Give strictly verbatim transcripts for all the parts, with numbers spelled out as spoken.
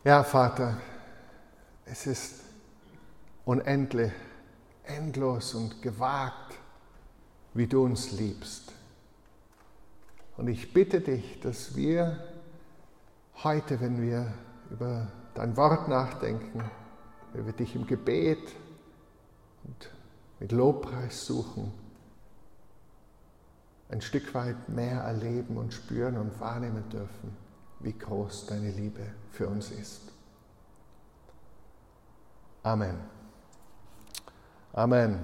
Ja, Vater, es ist unendlich, endlos und gewagt, wie du uns liebst. Und ich bitte dich, dass wir heute, wenn wir über dein Wort nachdenken, wenn wir dich im Gebet und mit Lobpreis suchen, ein Stück weit mehr erleben und spüren und wahrnehmen dürfen, wie groß deine Liebe für uns ist. Amen. Amen.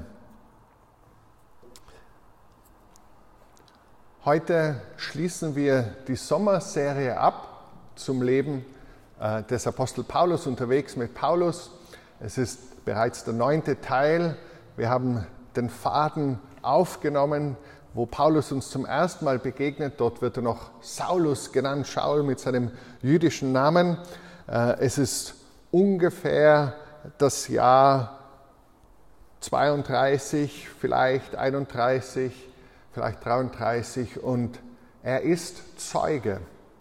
Heute schließen wir die Sommerserie ab zum Leben äh, des Apostel Paulus, unterwegs mit Paulus. Es ist bereits der neunte Teil. Wir haben den Faden aufgenommen, wo Paulus uns zum ersten Mal begegnet. Dort wird er noch Saulus genannt, Shaul mit seinem jüdischen Namen. Es ist ungefähr das Jahr zweiunddreißig, vielleicht einunddreißig, vielleicht dreiunddreißig und er ist Zeuge.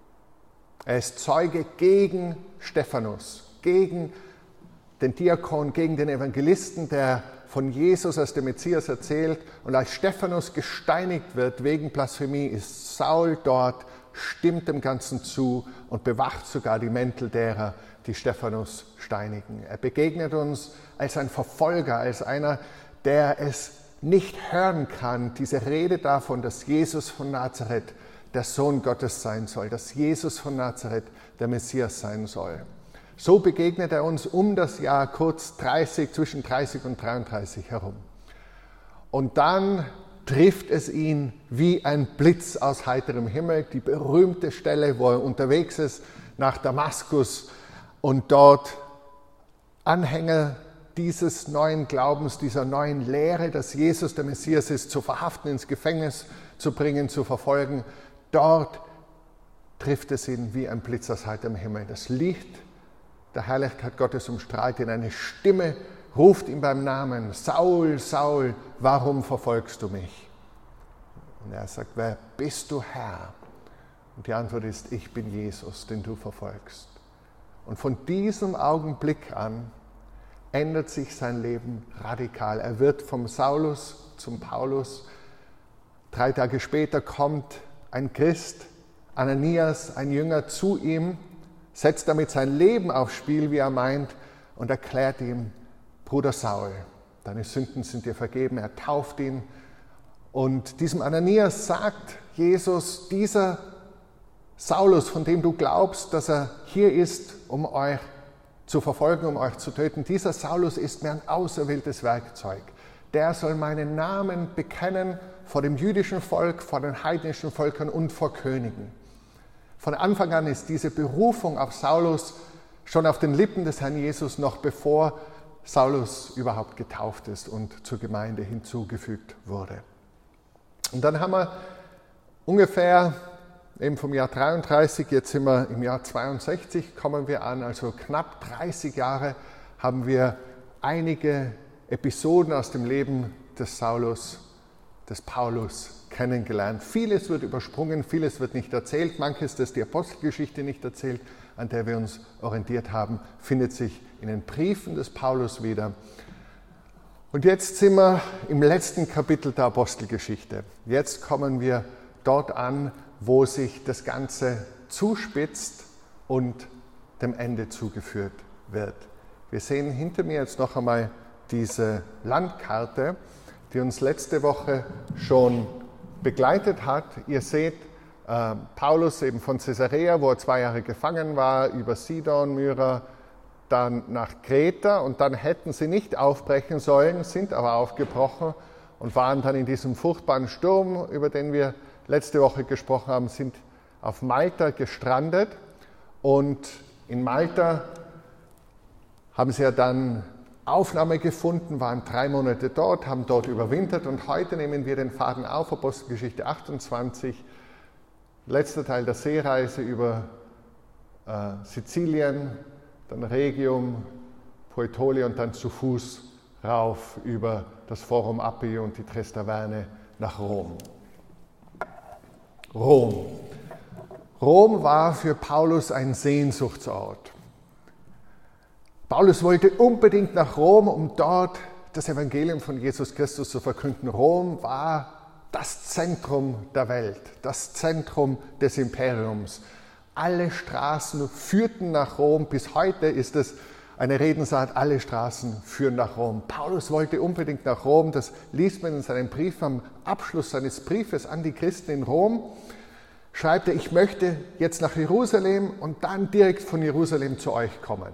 Er ist Zeuge gegen Stephanus, gegen den Diakon, gegen den Evangelisten, der von Jesus als dem Messias erzählt. Und als Stephanus gesteinigt wird wegen Blasphemie, ist Saul dort, stimmt dem Ganzen zu und bewacht sogar die Mäntel derer, die Stephanus steinigen. Er begegnet uns als ein Verfolger, als einer, der es nicht hören kann, diese Rede davon, dass Jesus von Nazareth der Sohn Gottes sein soll, dass Jesus von Nazareth der Messias sein soll. So begegnet er uns um das Jahr kurz dreißig, zwischen dreißig und dreiunddreißig herum. Und dann trifft es ihn wie ein Blitz aus heiterem Himmel, die berühmte Stelle, wo er unterwegs ist nach Damaskus und dort Anhänger dieses neuen Glaubens, dieser neuen Lehre, dass Jesus der Messias ist, zu verhaften, ins Gefängnis zu bringen, zu verfolgen. Dort trifft es ihn wie ein Blitz aus heiterem Himmel. Das Licht der Herrlichkeit Gottes umstrahlt ihn, eine Stimme ruft ihn beim Namen: Saul, Saul, warum verfolgst du mich? Und er sagt: Wer bist du, Herr? Und die Antwort ist: Ich bin Jesus, den du verfolgst. Und von diesem Augenblick an ändert sich sein Leben radikal. Er wird vom Saulus zum Paulus. Drei Tage später kommt ein Christ, Ananias, ein Jünger, zu ihm, setzt damit sein Leben aufs Spiel, wie er meint, und erklärt ihm: Bruder Saul, deine Sünden sind dir vergeben. Er tauft ihn. Und diesem Ananias sagt Jesus: Dieser Saulus, von dem du glaubst, dass er hier ist, um euch zu verfolgen, um euch zu töten, dieser Saulus ist mir ein auserwähltes Werkzeug. Der soll meinen Namen bekennen vor dem jüdischen Volk, vor den heidnischen Völkern und vor Königen. Von Anfang an ist diese Berufung auf Saulus schon auf den Lippen des Herrn Jesus, noch bevor Saulus überhaupt getauft ist und zur Gemeinde hinzugefügt wurde. Und dann haben wir ungefähr eben vom Jahr dreiunddreißig, jetzt sind wir im Jahr zweiundsechzig, kommen wir an, also knapp dreißig Jahre haben wir einige Episoden aus dem Leben des Saulus, des Paulus kennengelernt. Vieles wird übersprungen, vieles wird nicht erzählt, manches, das die Apostelgeschichte nicht erzählt, an der wir uns orientiert haben, findet sich in den Briefen des Paulus wieder. Und jetzt sind wir im letzten Kapitel der Apostelgeschichte. Jetzt kommen wir dort an, wo sich das Ganze zuspitzt und dem Ende zugeführt wird. Wir sehen hinter mir jetzt noch einmal diese Landkarte, die uns letzte Woche schon begleitet hat. Ihr seht äh, Paulus eben von Caesarea, wo er zwei Jahre gefangen war, über Sidon, Myra, dann nach Kreta, und dann hätten sie nicht aufbrechen sollen, sind aber aufgebrochen und waren dann in diesem furchtbaren Sturm, über den wir letzte Woche gesprochen haben, sind auf Malta gestrandet, und in Malta haben sie ja dann Aufnahme gefunden, waren drei Monate dort, haben dort überwintert, und heute nehmen wir den Faden auf, Apostelgeschichte achtundzwanzig, letzter Teil der Seereise über äh, Sizilien, dann Rhegium, Puteoli und dann zu Fuß rauf über das Forum Appii und die Tres Taverne nach Rom. Rom. Rom war für Paulus ein Sehnsuchtsort. Paulus wollte unbedingt nach Rom, um dort das Evangelium von Jesus Christus zu verkünden. Rom war das Zentrum der Welt, das Zentrum des Imperiums. Alle Straßen führten nach Rom. Bis heute ist es eine Redensart, alle Straßen führen nach Rom. Paulus wollte unbedingt nach Rom. Das liest man in seinem Brief am Abschluss seines Briefes an die Christen in Rom. Schreibt er, ich möchte jetzt nach Jerusalem und dann direkt von Jerusalem zu euch kommen.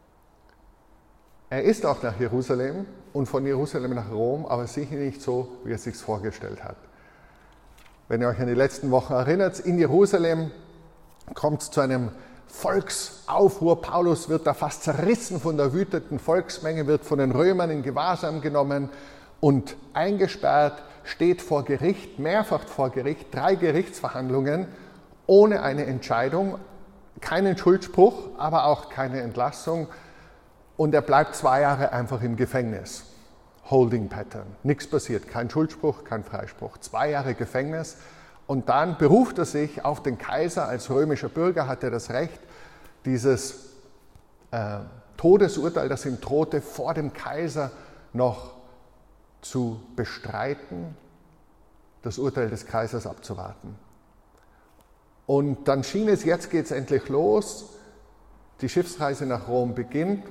Er ist auch nach Jerusalem und von Jerusalem nach Rom, aber sicher nicht so, wie er es sich vorgestellt hat. Wenn ihr euch an die letzten Wochen erinnert, in Jerusalem kommt es zu einem Volksaufruhr. Paulus wird da fast zerrissen von der wütenden Volksmenge, wird von den Römern in Gewahrsam genommen und eingesperrt, steht vor Gericht, mehrfach vor Gericht, drei Gerichtsverhandlungen ohne eine Entscheidung, keinen Schuldspruch, aber auch keine Entlassung. Und er bleibt zwei Jahre einfach im Gefängnis. Holding Pattern. Nichts passiert. Kein Schuldspruch, kein Freispruch. Zwei Jahre Gefängnis. Und dann beruft er sich auf den Kaiser. Als römischer Bürger hat er das Recht, dieses äh, Todesurteil, das ihm drohte, vor dem Kaiser noch zu bestreiten, das Urteil des Kaisers abzuwarten. Und dann schien es, jetzt geht es endlich los. Die Schiffsreise nach Rom beginnt.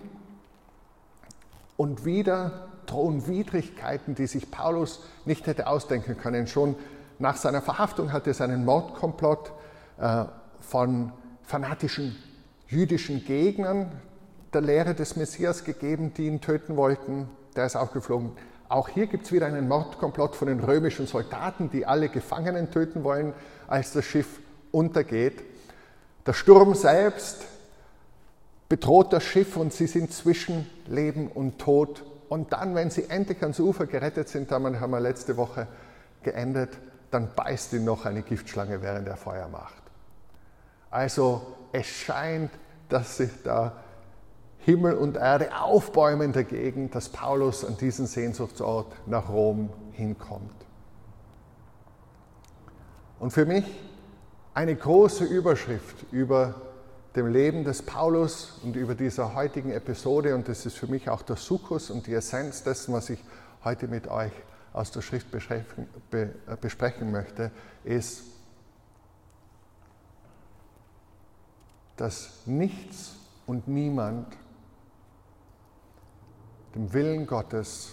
Und wieder drohen Widrigkeiten, die sich Paulus nicht hätte ausdenken können. Schon nach seiner Verhaftung hatte es einen Mordkomplott äh, von fanatischen jüdischen Gegnern der Lehre des Messias gegeben, die ihn töten wollten. Der ist aufgeflogen. Auch hier gibt es wieder einen Mordkomplott von den römischen Soldaten, die alle Gefangenen töten wollen, als das Schiff untergeht. Der Sturm selbst bedroht das Schiff und sie sind zwischen Leben und Tod. Und dann, wenn sie endlich ans Ufer gerettet sind, damit haben wir letzte Woche geendet, dann beißt ihn noch eine Giftschlange, während er Feuer macht. Also es scheint, dass sich da Himmel und Erde aufbäumen dagegen, dass Paulus an diesen Sehnsuchtsort nach Rom hinkommt. Und für mich eine große Überschrift über dem Leben des Paulus und über dieser heutigen Episode, und das ist für mich auch der Sukkus und die Essenz dessen, was ich heute mit euch aus der Schrift besprechen, be, besprechen möchte, ist, dass nichts und niemand dem Willen Gottes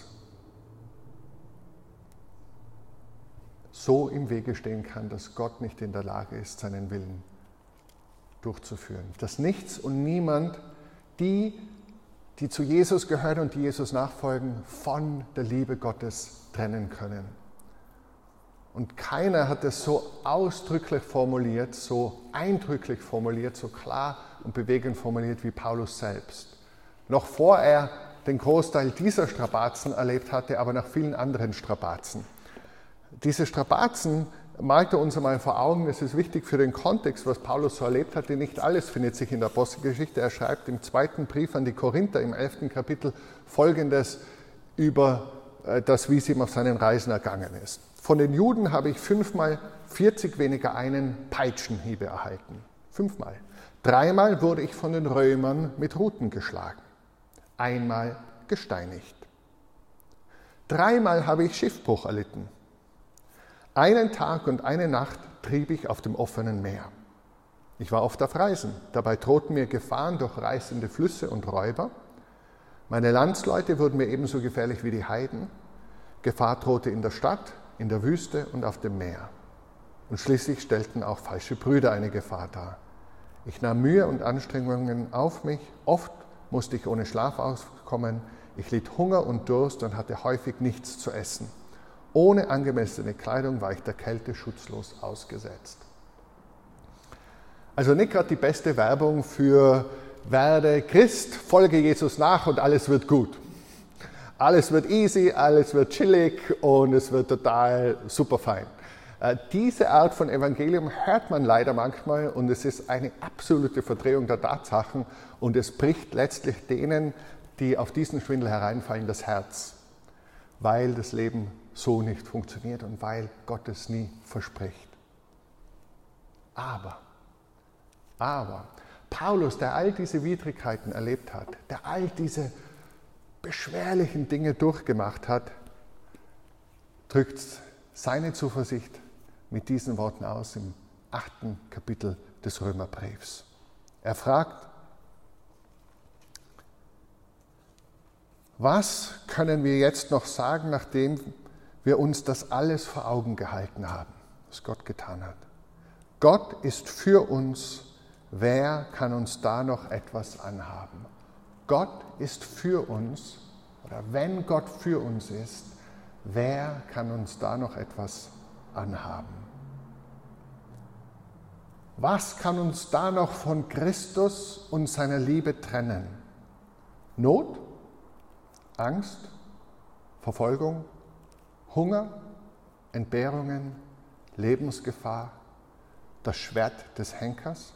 so im Wege stehen kann, dass Gott nicht in der Lage ist, seinen Willen durchzuführen. Dass nichts und niemand die, die zu Jesus gehören und die Jesus nachfolgen, von der Liebe Gottes trennen können. Und keiner hat es so ausdrücklich formuliert, so eindrücklich formuliert, so klar und bewegend formuliert wie Paulus selbst. Noch vor er den Großteil dieser Strapazen erlebt hatte, aber nach vielen anderen Strapazen. Diese Strapazen malt er uns einmal vor Augen. Es ist wichtig für den Kontext, was Paulus so erlebt hatte. Nicht alles findet sich in der Apostelgeschichte. Er schreibt im zweiten Brief an die Korinther im elften Kapitel Folgendes über das, wie es ihm auf seinen Reisen ergangen ist. Von den Juden habe ich fünfmal vierzig weniger einen Peitschenhiebe erhalten. Fünfmal. Dreimal wurde ich von den Römern mit Ruten geschlagen. Einmal gesteinigt. Dreimal habe ich Schiffbruch erlitten. Einen Tag und eine Nacht trieb ich auf dem offenen Meer. Ich war oft auf Reisen. Dabei drohten mir Gefahren durch reißende Flüsse und Räuber. Meine Landsleute wurden mir ebenso gefährlich wie die Heiden. Gefahr drohte in der Stadt, in der Wüste und auf dem Meer. Und schließlich stellten auch falsche Brüder eine Gefahr dar. Ich nahm Mühe und Anstrengungen auf mich. Oft musste ich ohne Schlaf auskommen. Ich litt Hunger und Durst und hatte häufig nichts zu essen. Ohne angemessene Kleidung war ich der Kälte schutzlos ausgesetzt. Also nicht gerade die beste Werbung für werde Christ, folge Jesus nach und alles wird gut. Alles wird easy, alles wird chillig und es wird total super fein. Diese Art von Evangelium hört man leider manchmal und es ist eine absolute Verdrehung der Tatsachen und es bricht letztlich denen, die auf diesen Schwindel hereinfallen, das Herz, weil das Leben so nicht funktioniert und weil Gott es nie verspricht. Aber, aber, Paulus, der all diese Widrigkeiten erlebt hat, der all diese beschwerlichen Dinge durchgemacht hat, drückt seine Zuversicht mit diesen Worten aus im achten Kapitel des Römerbriefs. Er fragt, was können wir jetzt noch sagen, nachdem wir uns das alles vor Augen gehalten haben, was Gott getan hat? Gott ist für uns, wer kann uns da noch etwas anhaben? Gott ist für uns, oder wenn Gott für uns ist, wer kann uns da noch etwas anhaben? Was kann uns da noch von Christus und seiner Liebe trennen? Not? Angst? Verfolgung? Hunger? Entbehrungen? Lebensgefahr? Das Schwert des Henkers?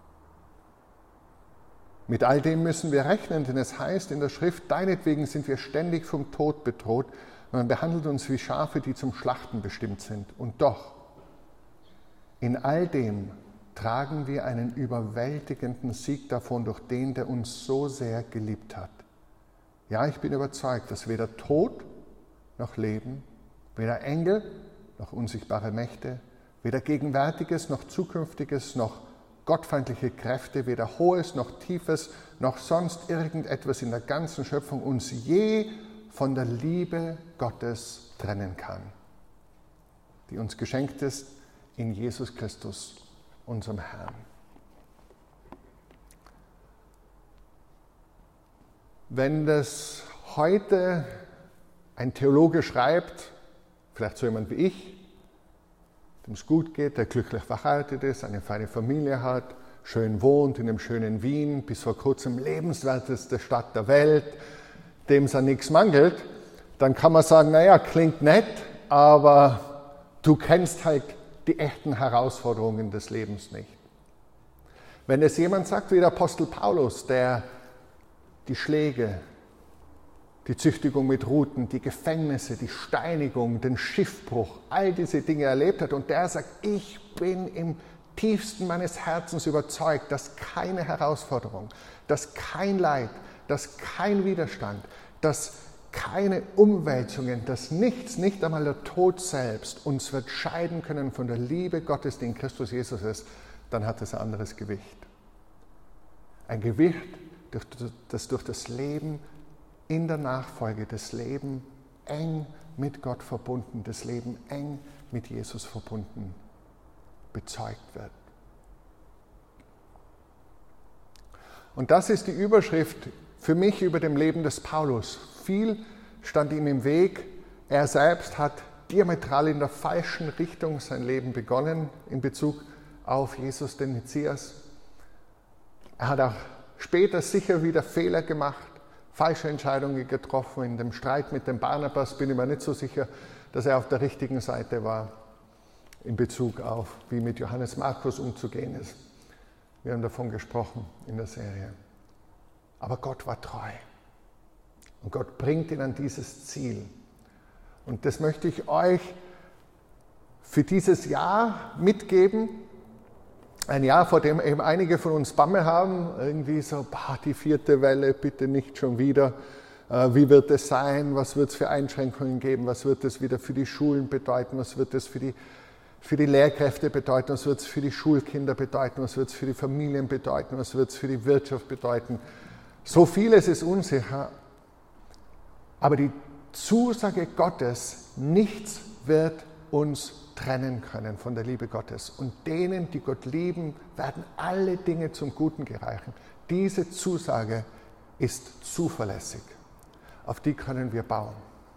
Mit all dem müssen wir rechnen, denn es heißt in der Schrift, deinetwegen sind wir ständig vom Tod bedroht. Man behandelt uns wie Schafe, die zum Schlachten bestimmt sind. Und doch, in all dem tragen wir einen überwältigenden Sieg davon durch den, der uns so sehr geliebt hat. Ja, ich bin überzeugt, dass weder Tod noch Leben, weder Engel noch unsichtbare Mächte, weder Gegenwärtiges noch Zukünftiges noch gottfeindliche Kräfte, weder Hohes noch Tiefes noch sonst irgendetwas in der ganzen Schöpfung uns je von der Liebe Gottes trennen kann, die uns geschenkt ist in Jesus Christus, unserem Herrn. Wenn das heute ein Theologe schreibt, vielleicht so jemand wie ich, dem es gut geht, der glücklich verheiratet ist, eine feine Familie hat, schön wohnt in einem schönen Wien, bis vor kurzem lebenswerteste Stadt der Welt, dem es an nichts mangelt, dann kann man sagen, naja, klingt nett, aber du kennst halt die echten Herausforderungen des Lebens nicht. Wenn es jemand sagt, wie der Apostel Paulus, der die Schläge, die Züchtigung mit Ruten, die Gefängnisse, die Steinigung, den Schiffbruch, all diese Dinge erlebt hat und der sagt, ich bin im tiefsten meines Herzens überzeugt, dass keine Herausforderung, dass kein Leid, dass kein Widerstand, dass keine Umwälzungen, dass nichts, nicht einmal der Tod selbst uns wird scheiden können von der Liebe Gottes, die in Christus Jesus ist, dann hat es ein anderes Gewicht. Ein Gewicht, das durch das Leben in der Nachfolge, das Leben eng mit Gott verbunden, das Leben eng mit Jesus verbunden, bezeugt wird. Und das ist die Überschrift für mich über dem Leben des Paulus. Viel stand ihm im Weg. Er selbst hat diametral in der falschen Richtung sein Leben begonnen in Bezug auf Jesus, den Messias. Er hat auch später sicher wieder Fehler gemacht, falsche Entscheidungen getroffen. In dem Streit mit dem Barnabas bin ich mir nicht so sicher, dass er auf der richtigen Seite war in Bezug auf, wie mit Johannes Markus umzugehen ist. Wir haben davon gesprochen in der Serie. Aber Gott war treu. Und Gott bringt ihn an dieses Ziel. Und das möchte ich euch für dieses Jahr mitgeben. Ein Jahr, vor dem eben einige von uns Bammel haben. Irgendwie so, bah, die vierte Welle, bitte nicht schon wieder. Äh, wie wird es sein? Was wird es für Einschränkungen geben? Was wird es wieder für die Schulen bedeuten? Was wird es für die, für die Lehrkräfte bedeuten? Was wird es für die Schulkinder bedeuten? Was wird es für die Familien bedeuten? Was wird es für die Wirtschaft bedeuten? So vieles ist unsicher. Aber die Zusage Gottes, nichts wird uns trennen können von der Liebe Gottes. Und denen, die Gott lieben, werden alle Dinge zum Guten gereichen. Diese Zusage ist zuverlässig. Auf die können wir bauen.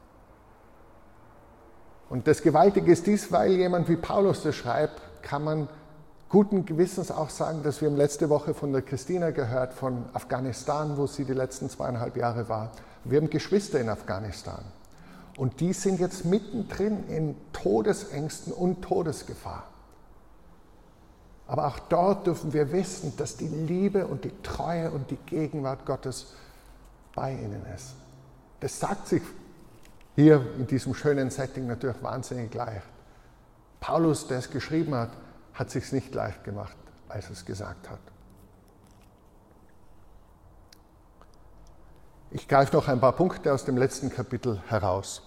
Und das Gewaltige ist dies, weil jemand wie Paulus das schreibt, kann man guten Gewissens auch sagen, dass wir haben letzte Woche von der Christina gehört, von Afghanistan, wo sie die letzten zweieinhalb Jahre war. Wir haben Geschwister in Afghanistan. Und die sind jetzt mittendrin in Todesängsten und Todesgefahr. Aber auch dort dürfen wir wissen, dass die Liebe und die Treue und die Gegenwart Gottes bei ihnen ist. Das sagt sich hier in diesem schönen Setting natürlich wahnsinnig leicht. Paulus, der es geschrieben hat, hat es sich nicht leicht gemacht, als er es gesagt hat. Ich greife noch ein paar Punkte aus dem letzten Kapitel heraus.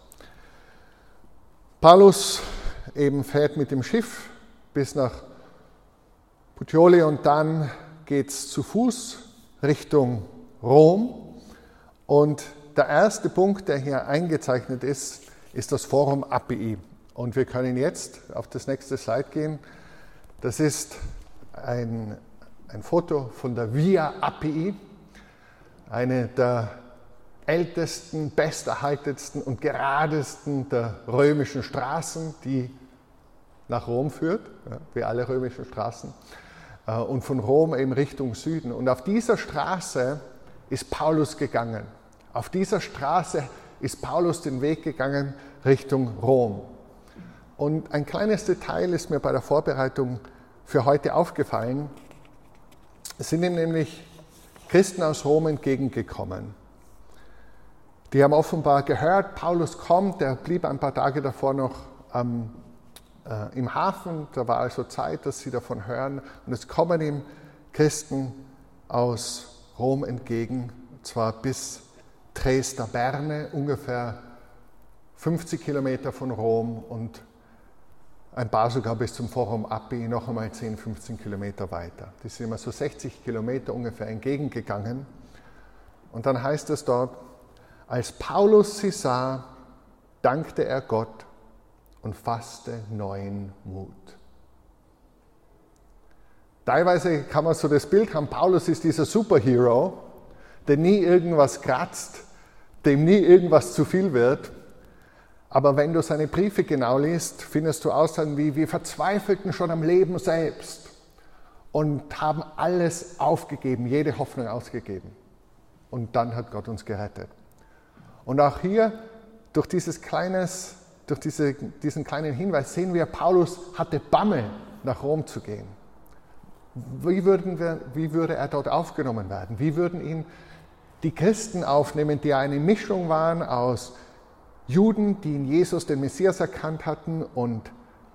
Paulus eben fährt mit dem Schiff bis nach Puteoli und dann geht es zu Fuß Richtung Rom. Und der erste Punkt, der hier eingezeichnet ist, ist das Forum Appii. Und wir können jetzt auf das nächste Slide gehen. Das ist ein, ein Foto von der Via Appii, eine der ältesten, besterhaltetsten und geradesten der römischen Straßen, die nach Rom führt, ja, wie alle römischen Straßen, äh, und von Rom eben Richtung Süden. Und auf dieser Straße ist Paulus gegangen. Auf dieser Straße ist Paulus den Weg gegangen Richtung Rom. Und ein kleines Detail ist mir bei der Vorbereitung für heute aufgefallen. Es sind ihm nämlich Christen aus Rom entgegengekommen. Die haben offenbar gehört, Paulus kommt, der blieb ein paar Tage davor noch ähm, äh, im Hafen, da war also Zeit, dass sie davon hören. Und es kommen ihm Christen aus Rom entgegen, und zwar bis Triesta-Berne, ungefähr fünfzig Kilometer von Rom und ein paar sogar bis zum Forum Appii, noch einmal zehn, fünfzehn Kilometer weiter. Die sind immer so sechzig Kilometer ungefähr entgegengegangen. Und dann heißt es dort, als Paulus sie sah, dankte er Gott und fasste neuen Mut. Teilweise kann man so das Bild haben, Paulus ist dieser Superhero, der nie irgendwas kratzt, dem nie irgendwas zu viel wird. Aber wenn du seine Briefe genau liest, findest du Aussagen wie, wir verzweifelten schon am Leben selbst und haben alles aufgegeben, jede Hoffnung ausgegeben. Und dann hat Gott uns gerettet. Und auch hier, durch, dieses kleines, durch diese, diesen kleinen Hinweis sehen wir, Paulus hatte Bammel, nach Rom zu gehen. Wie, würden wir, wie würde er dort aufgenommen werden? Wie würden ihn die Christen aufnehmen, die eine Mischung waren aus Juden, die in Jesus den Messias erkannt hatten, und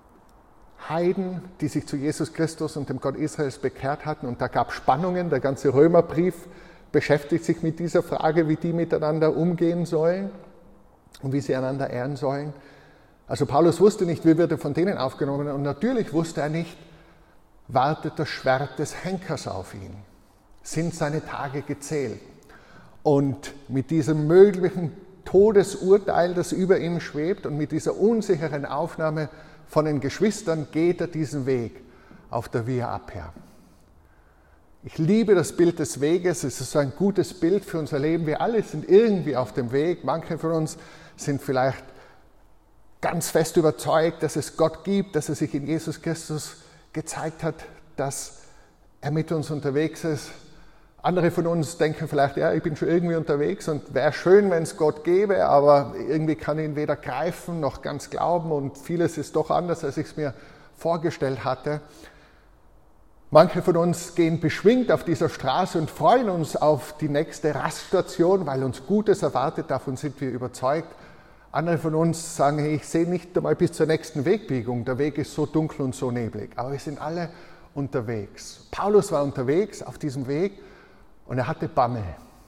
Heiden, die sich zu Jesus Christus und dem Gott Israels bekehrt hatten. Und da gab es Spannungen. Der ganze Römerbrief beschäftigt sich mit dieser Frage, wie die miteinander umgehen sollen und wie sie einander ehren sollen. Also Paulus wusste nicht, wie wird er von denen aufgenommen. Und natürlich wusste er nicht, wartet das Schwert des Henkers auf ihn? Sind seine Tage gezählt? Und mit diesem möglichen Todesurteil, das über ihm schwebt, und mit dieser unsicheren Aufnahme von den Geschwistern geht er diesen Weg auf der Via Appia. Ich liebe das Bild des Weges, es ist so ein gutes Bild für unser Leben. Wir alle sind irgendwie auf dem Weg. Manche von uns sind vielleicht ganz fest überzeugt, dass es Gott gibt, dass er sich in Jesus Christus gezeigt hat, dass er mit uns unterwegs ist. Andere von uns denken vielleicht, ja, ich bin schon irgendwie unterwegs und wäre schön, wenn es Gott gäbe, aber irgendwie kann ich ihn weder greifen noch ganz glauben und vieles ist doch anders, als ich es mir vorgestellt hatte. Manche von uns gehen beschwingt auf dieser Straße und freuen uns auf die nächste Raststation, weil uns Gutes erwartet, davon sind wir überzeugt. Andere von uns sagen, hey, ich sehe nicht einmal bis zur nächsten Wegbiegung, der Weg ist so dunkel und so neblig, aber wir sind alle unterwegs. Paulus war unterwegs auf diesem Weg. Und er hatte Bammel.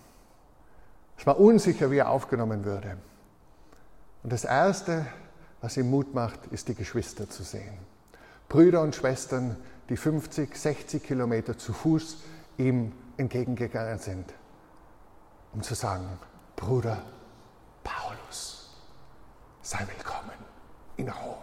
Es war unsicher, wie er aufgenommen würde. Und das Erste, was ihm Mut macht, ist, die Geschwister zu sehen. Brüder und Schwestern, die fünfzig, sechzig Kilometer zu Fuß ihm entgegengegangen sind, um zu sagen, Bruder Paulus, sei willkommen in Rom.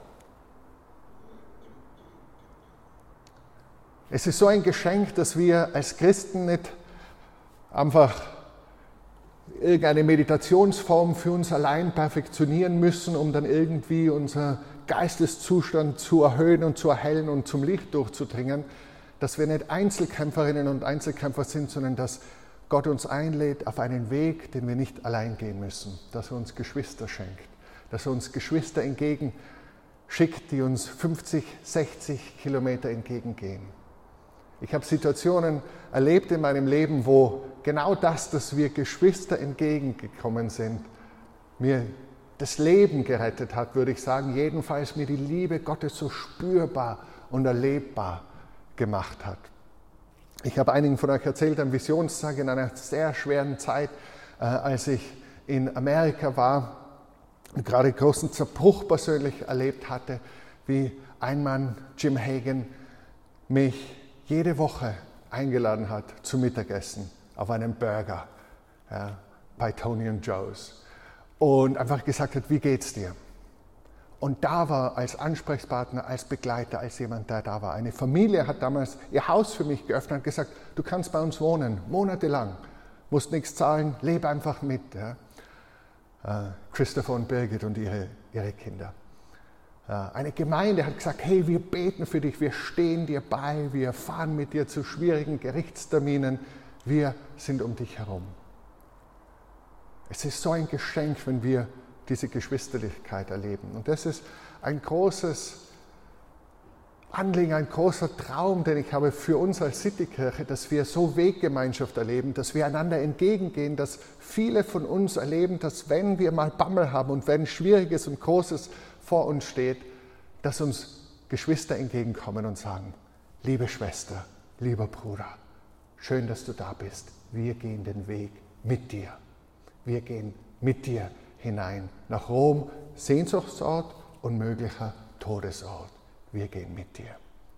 Es ist so ein Geschenk, dass wir als Christen nicht einfach irgendeine Meditationsform für uns allein perfektionieren müssen, um dann irgendwie unser Geisteszustand zu erhöhen und zu erhellen und zum Licht durchzudringen, dass wir nicht Einzelkämpferinnen und Einzelkämpfer sind, sondern dass Gott uns einlädt auf einen Weg, den wir nicht allein gehen müssen, dass er uns Geschwister schenkt, dass er uns Geschwister entgegenschickt, die uns fünfzig, sechzig Kilometer entgegengehen. Ich habe Situationen erlebt in meinem Leben, wo genau das, dass wir Geschwister entgegengekommen sind, mir das Leben gerettet hat, würde ich sagen, jedenfalls mir die Liebe Gottes so spürbar und erlebbar gemacht hat. Ich habe einigen von euch erzählt, am Visionstag in einer sehr schweren Zeit äh, als ich in Amerika war und gerade großen Zerbruch persönlich erlebt hatte, wie ein Mann, Jim Hagan, mich jede Woche eingeladen hat zum Mittagessen auf einen Burger ja, bei Tony und Joe's und einfach gesagt hat, wie geht's dir? Und da war als Ansprechpartner, als Begleiter, als jemand, der da war. Eine Familie hat damals ihr Haus für mich geöffnet und gesagt, du kannst bei uns wohnen, monatelang, musst nichts zahlen, lebe einfach mit. Ja. Äh, Christopher und Birgit und ihre, ihre Kinder. Äh, eine Gemeinde hat gesagt, hey, wir beten für dich, wir stehen dir bei, wir fahren mit dir zu schwierigen Gerichtsterminen, wir sind um dich herum. Es ist so ein Geschenk, wenn wir diese Geschwisterlichkeit erleben. Und das ist ein großes Anliegen, ein großer Traum, den ich habe für uns als Citykirche, dass wir so Weggemeinschaft erleben, dass wir einander entgegengehen, dass viele von uns erleben, dass wenn wir mal Bammel haben und wenn Schwieriges und Großes vor uns steht, dass uns Geschwister entgegenkommen und sagen, liebe Schwester, lieber Bruder, schön, dass du da bist. Wir gehen den Weg mit dir. Wir gehen mit dir hinein nach Rom, Sehnsuchtsort und möglicher Todesort. Wir gehen mit dir.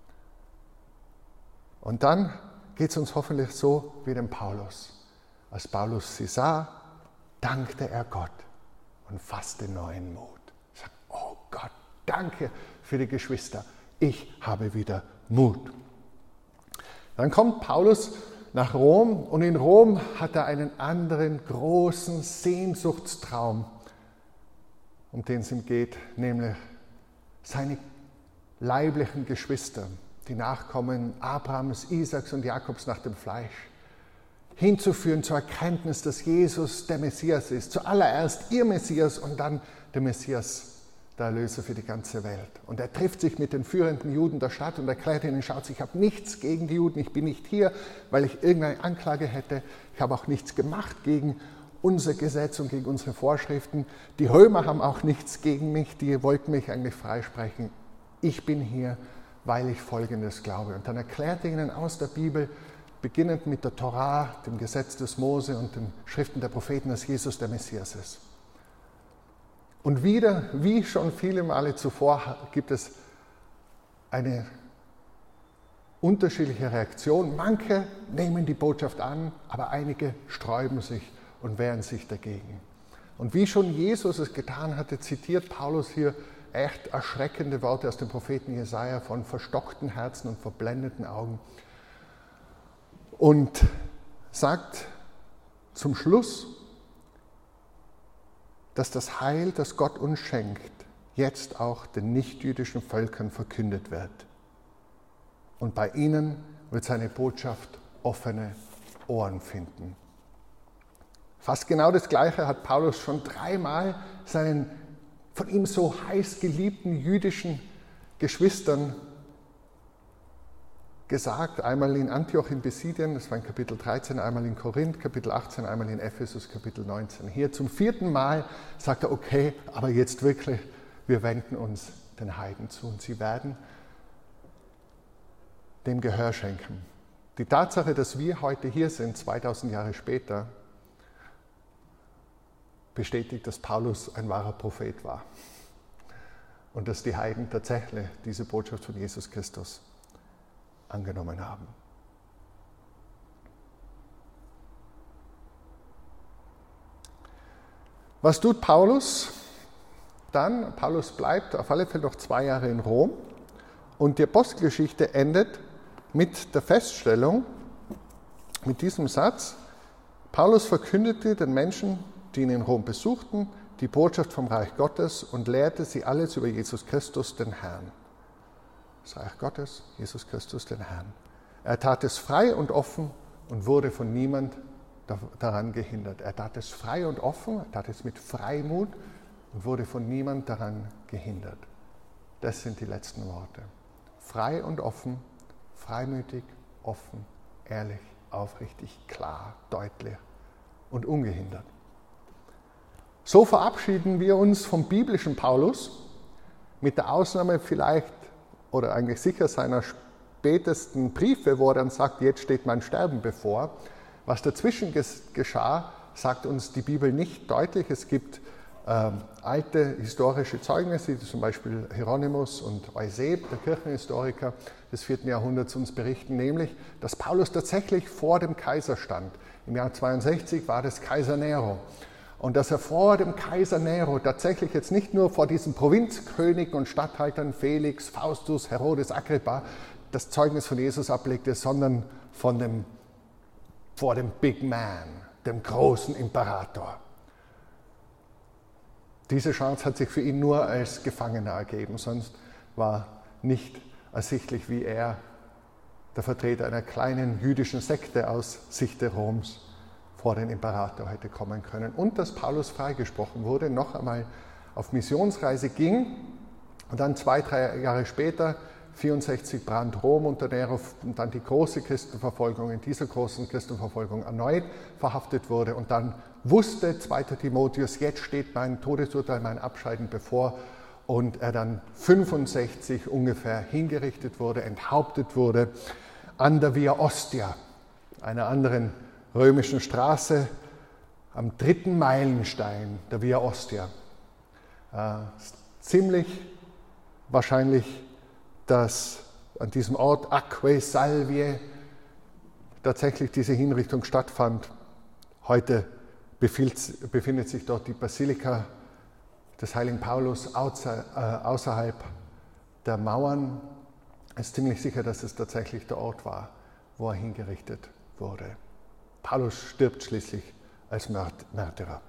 Und dann geht es uns hoffentlich so wie dem Paulus. Als Paulus sie sah, dankte er Gott und fasste neuen Mut. Er sagt, oh Gott, danke für die Geschwister. Ich habe wieder Mut. Dann kommt Paulus nach Rom und in Rom hat er einen anderen großen Sehnsuchtstraum, um den es ihm geht, nämlich seine leiblichen Geschwister, die Nachkommen Abrahams, Isaaks und Jakobs nach dem Fleisch, hinzuführen zur Erkenntnis, dass Jesus der Messias ist. Zuallererst ihr Messias und dann der Messias, der Erlöser für die ganze Welt. Und er trifft sich mit den führenden Juden der Stadt und erklärt ihnen, schaut, ich habe nichts gegen die Juden, ich bin nicht hier, weil ich irgendeine Anklage hätte, ich habe auch nichts gemacht gegen unser Gesetz und gegen unsere Vorschriften. Die Römer haben auch nichts gegen mich, die wollten mich eigentlich freisprechen. Ich bin hier, weil ich Folgendes glaube. Und dann erklärt er ihnen aus der Bibel, beginnend mit der Torah, dem Gesetz des Mose und den Schriften der Propheten, dass Jesus der Messias ist. Und wieder, wie schon viele Male zuvor, gibt es eine unterschiedliche Reaktion. Manche nehmen die Botschaft an, aber einige sträuben sich und wehren sich dagegen. Und wie schon Jesus es getan hatte, zitiert Paulus hier echt erschreckende Worte aus dem Propheten Jesaja von verstockten Herzen und verblendeten Augen und sagt zum Schluss, dass das Heil, das Gott uns schenkt, jetzt auch den nichtjüdischen Völkern verkündet wird. Und bei ihnen wird seine Botschaft offene Ohren finden. Fast genau das Gleiche hat Paulus schon dreimal seinen von ihm so heiß geliebten jüdischen Geschwistern gesagt, einmal in Antioch in Pisidien, das war in Kapitel dreizehn, einmal in Korinth, Kapitel achtzehn, einmal in Ephesus, Kapitel neunzehn. Hier zum vierten Mal sagt er, okay, aber jetzt wirklich, wir wenden uns den Heiden zu und sie werden dem Gehör schenken. Die Tatsache, dass wir heute hier sind, zweitausend Jahre später, bestätigt, dass Paulus ein wahrer Prophet war und dass die Heiden tatsächlich diese Botschaft von Jesus Christus angenommen haben. Was tut Paulus? Dann, Paulus bleibt auf alle Fälle noch zwei Jahre in Rom und die Apostelgeschichte endet mit der Feststellung, mit diesem Satz, Paulus verkündete den Menschen, die ihn in Rom besuchten, die Botschaft vom Reich Gottes und lehrte sie alles über Jesus Christus, den Herrn. Das Reich Gottes, Jesus Christus, den Herrn. Er tat es frei und offen und wurde von niemand daran gehindert. Er tat es frei und offen, er tat es mit Freimut und wurde von niemand daran gehindert. Das sind die letzten Worte. Frei und offen, freimütig, offen, ehrlich, aufrichtig, klar, deutlich und ungehindert. So verabschieden wir uns vom biblischen Paulus, mit der Ausnahme vielleicht oder eigentlich sicher seiner spätesten Briefe, wo er dann sagt, jetzt steht mein Sterben bevor. Was dazwischen geschah, sagt uns die Bibel nicht deutlich. Es gibt ähm, alte historische Zeugnisse, die zum Beispiel Hieronymus und Euseb, der Kirchenhistoriker des vierten Jahrhunderts, uns berichten, nämlich, dass Paulus tatsächlich vor dem Kaiser stand. Im Jahr zweiundsechzig war das Kaiser Nero. Und dass er vor dem Kaiser Nero tatsächlich jetzt nicht nur vor diesen Provinzkönigen und Statthaltern Felix, Faustus, Herodes, Agrippa das Zeugnis von Jesus ablegte, sondern von dem, vor dem Big Man, dem großen Imperator. Diese Chance hat sich für ihn nur als Gefangener ergeben, sonst war nicht ersichtlich, wie er, der Vertreter einer kleinen jüdischen Sekte aus Sicht Roms, vor den Imperator hätte kommen können. Und dass Paulus freigesprochen wurde, noch einmal auf Missionsreise ging und dann zwei, drei Jahre später, vierundsechzig, brannte Rom unter Nero und dann die große Christenverfolgung, in dieser großen Christenverfolgung erneut verhaftet wurde und dann wusste zweiter Timotheus, jetzt steht mein Todesurteil, mein Abscheiden bevor, und er dann fünfundsechzig ungefähr hingerichtet wurde, enthauptet wurde an der Via Ostia, einer anderen römischen Straße, am dritten Meilenstein der Via Ostia. Äh, ziemlich wahrscheinlich, dass an diesem Ort Aquae Salviae tatsächlich diese Hinrichtung stattfand. Heute befindet sich dort die Basilika des heiligen Paulus außerhalb der Mauern. Es ist ziemlich sicher, dass es tatsächlich der Ort war, wo er hingerichtet wurde. Paulus stirbt schließlich als Märtyrer.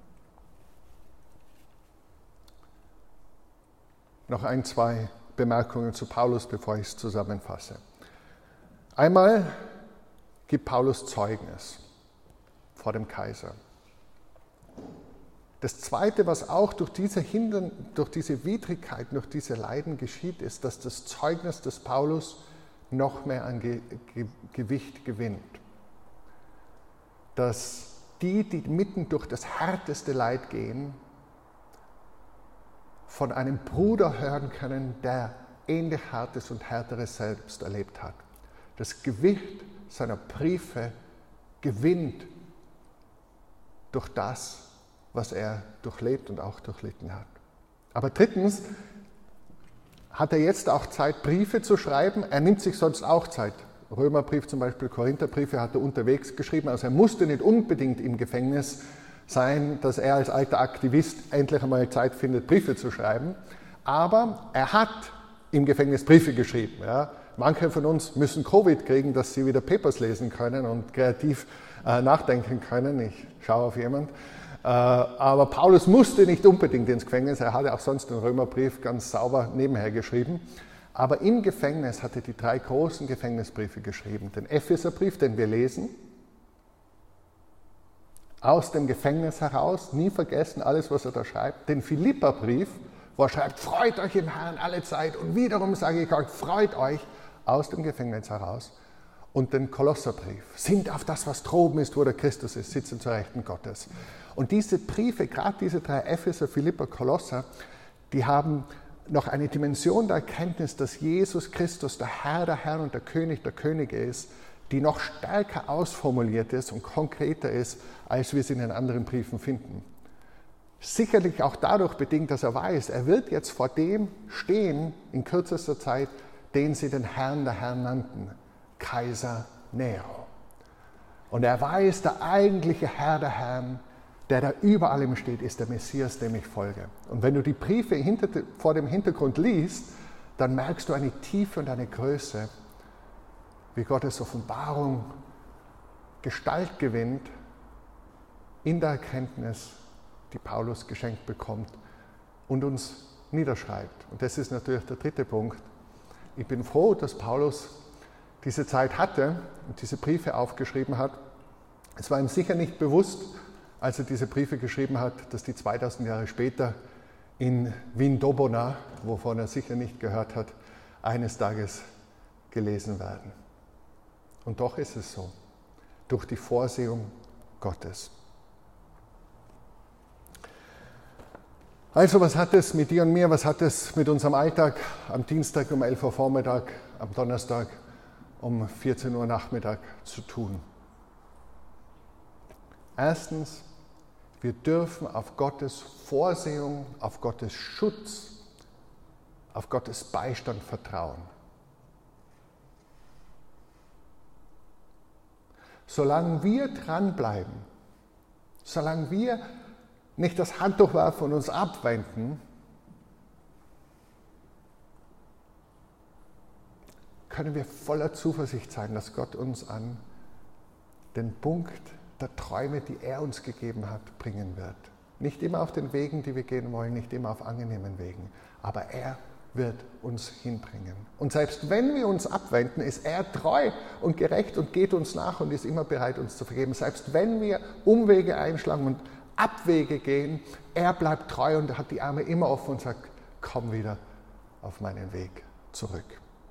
Noch ein, zwei Bemerkungen zu Paulus, bevor ich es zusammenfasse. Einmal gibt Paulus Zeugnis vor dem Kaiser. Das Zweite, was auch durch diese, Hindern, durch diese Widrigkeiten, durch diese Leiden geschieht, ist, dass das Zeugnis des Paulus noch mehr an Ge- Ge- Gewicht gewinnt. Dass die, die mitten durch das härteste Leid gehen, von einem Bruder hören können, der ähnlich Hartes und Härteres selbst erlebt hat. Das Gewicht seiner Briefe gewinnt durch das, was er durchlebt und auch durchlitten hat. Aber drittens hat er jetzt auch Zeit, Briefe zu schreiben. Er nimmt sich sonst auch Zeit. Römerbrief zum Beispiel, Korintherbriefe hat er unterwegs geschrieben. Also er musste nicht unbedingt im Gefängnis sein, dass er als alter Aktivist endlich einmal Zeit findet, Briefe zu schreiben. Aber er hat im Gefängnis Briefe geschrieben. Ja. Manche von uns müssen Covid kriegen, dass sie wieder Papers lesen können und kreativ äh, nachdenken können. Ich schaue auf jemanden. Äh, aber Paulus musste nicht unbedingt ins Gefängnis. Er hatte auch sonst den Römerbrief ganz sauber nebenher geschrieben. Aber im Gefängnis hat er die drei großen Gefängnisbriefe geschrieben. Den Epheserbrief, den wir lesen, aus dem Gefängnis heraus, nie vergessen alles, was er da schreibt. Den Philipperbrief, wo er schreibt, freut euch im Herrn alle Zeit. Und wiederum sage ich euch, freut euch, aus dem Gefängnis heraus. Und den Kolosserbrief, sinnt auf das, was droben ist, wo der Christus ist, sitzen zur Rechten Gottes. Und diese Briefe, gerade diese drei, Epheser, Philipper, Kolosser, die haben noch eine Dimension der Erkenntnis, dass Jesus Christus der Herr der Herren und der König der Könige ist, die noch stärker ausformuliert ist und konkreter ist, als wir sie in den anderen Briefen finden. Sicherlich auch dadurch bedingt, dass er weiß, er wird jetzt vor dem stehen in kürzester Zeit, den sie den Herrn der Herren nannten, Kaiser Nero. Und er weiß, der eigentliche Herr der Herren, der da über allem steht, ist der Messias, dem ich folge. Und wenn du die Briefe hinter, vor dem Hintergrund liest, dann merkst du eine Tiefe und eine Größe, wie Gottes Offenbarung Gestalt gewinnt in der Erkenntnis, die Paulus geschenkt bekommt und uns niederschreibt. Und das ist natürlich der dritte Punkt. Ich bin froh, dass Paulus diese Zeit hatte und diese Briefe aufgeschrieben hat. Es war ihm sicher nicht bewusst, als er diese Briefe geschrieben hat, dass die zweitausend Jahre später in Vindobona, wovon er sicher nicht gehört hat, eines Tages gelesen werden. Und doch ist es so, durch die Vorsehung Gottes. Also, was hat es mit dir und mir, was hat es mit unserem Alltag am Dienstag um elf Uhr Vormittag, am Donnerstag um vierzehn Uhr Nachmittag zu tun? Erstens, wir dürfen auf Gottes Vorsehung, auf Gottes Schutz, auf Gottes Beistand vertrauen. Solange wir dranbleiben, solange wir nicht das Handtuch werfen und uns abwenden, können wir voller Zuversicht sein, dass Gott uns an den Punkt der Träume, die er uns gegeben hat, bringen wird. Nicht immer auf den Wegen, die wir gehen wollen, nicht immer auf angenehmen Wegen, aber er wird uns hinbringen. Und selbst wenn wir uns abwenden, ist er treu und gerecht und geht uns nach und ist immer bereit, uns zu vergeben. Selbst wenn wir Umwege einschlagen und Abwege gehen, er bleibt treu und hat die Arme immer offen und sagt, komm wieder auf meinen Weg zurück.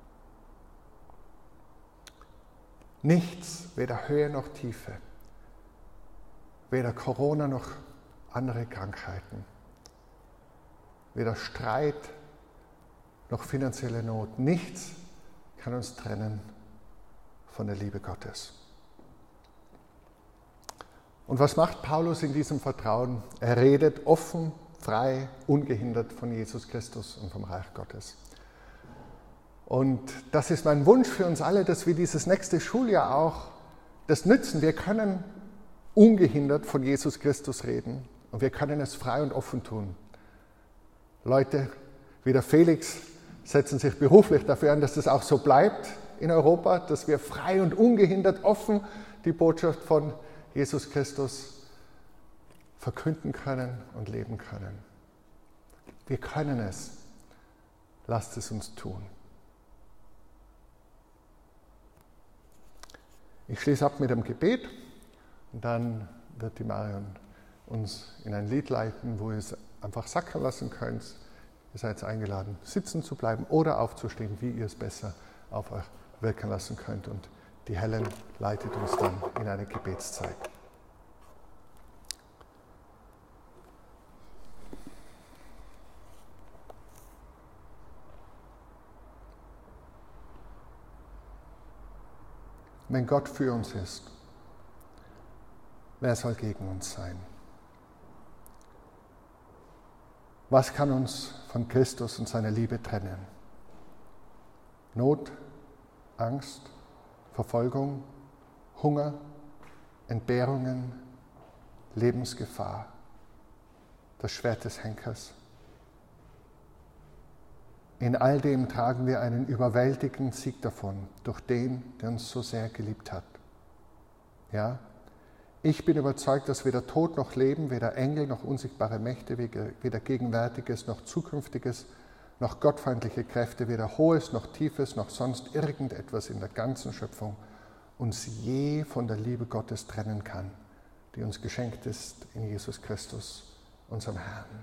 Nichts, weder Höhe noch Tiefe, weder Corona noch andere Krankheiten, weder Streit noch finanzielle Not, nichts kann uns trennen von der Liebe Gottes. Und was macht Paulus in diesem Vertrauen? Er redet offen, frei, ungehindert von Jesus Christus und vom Reich Gottes. Und das ist mein Wunsch für uns alle, dass wir dieses nächste Schuljahr auch das nützen. Wir können ungehindert von Jesus Christus reden und wir können es frei und offen tun. Leute wie der Felix setzen sich beruflich dafür ein, dass das auch so bleibt in Europa, dass wir frei und ungehindert offen die Botschaft von Jesus Christus verkünden können und leben können. Wir können es. Lasst es uns tun. Ich schließe ab mit einem Gebet und dann wird die Marion uns in ein Lied leiten, wo ihr es einfach sacken lassen könnt. Ihr seid eingeladen, sitzen zu bleiben oder aufzustehen, wie ihr es besser auf euch wirken lassen könnt. Und die Helen leitet uns dann in eine Gebetszeit. Wenn Gott für uns ist, wer soll gegen uns sein? Was kann uns von Christus und seiner Liebe trennen? Not, Angst, Verfolgung, Hunger, Entbehrungen, Lebensgefahr, das Schwert des Henkers. In all dem tragen wir einen überwältigenden Sieg davon, durch den, der uns so sehr geliebt hat. Ja, ich bin überzeugt, dass weder Tod noch Leben, weder Engel noch unsichtbare Mächte, weder Gegenwärtiges noch Zukünftiges, noch gottfeindliche Kräfte, weder Hohes noch Tiefes, noch sonst irgendetwas in der ganzen Schöpfung uns je von der Liebe Gottes trennen kann, die uns geschenkt ist in Jesus Christus, unserem Herrn.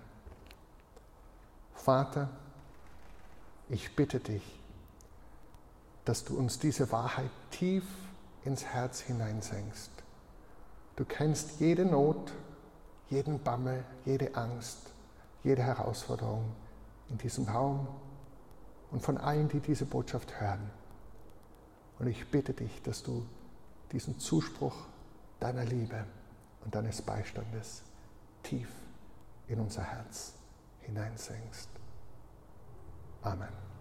Vater, ich bitte dich, dass du uns diese Wahrheit tief ins Herz hineinsenkst. Du kennst jede Not, jeden Bammel, jede Angst, jede Herausforderung in diesem Raum und von allen, die diese Botschaft hören. Und ich bitte dich, dass du diesen Zuspruch deiner Liebe und deines Beistandes tief in unser Herz hineinsenkst. Amen.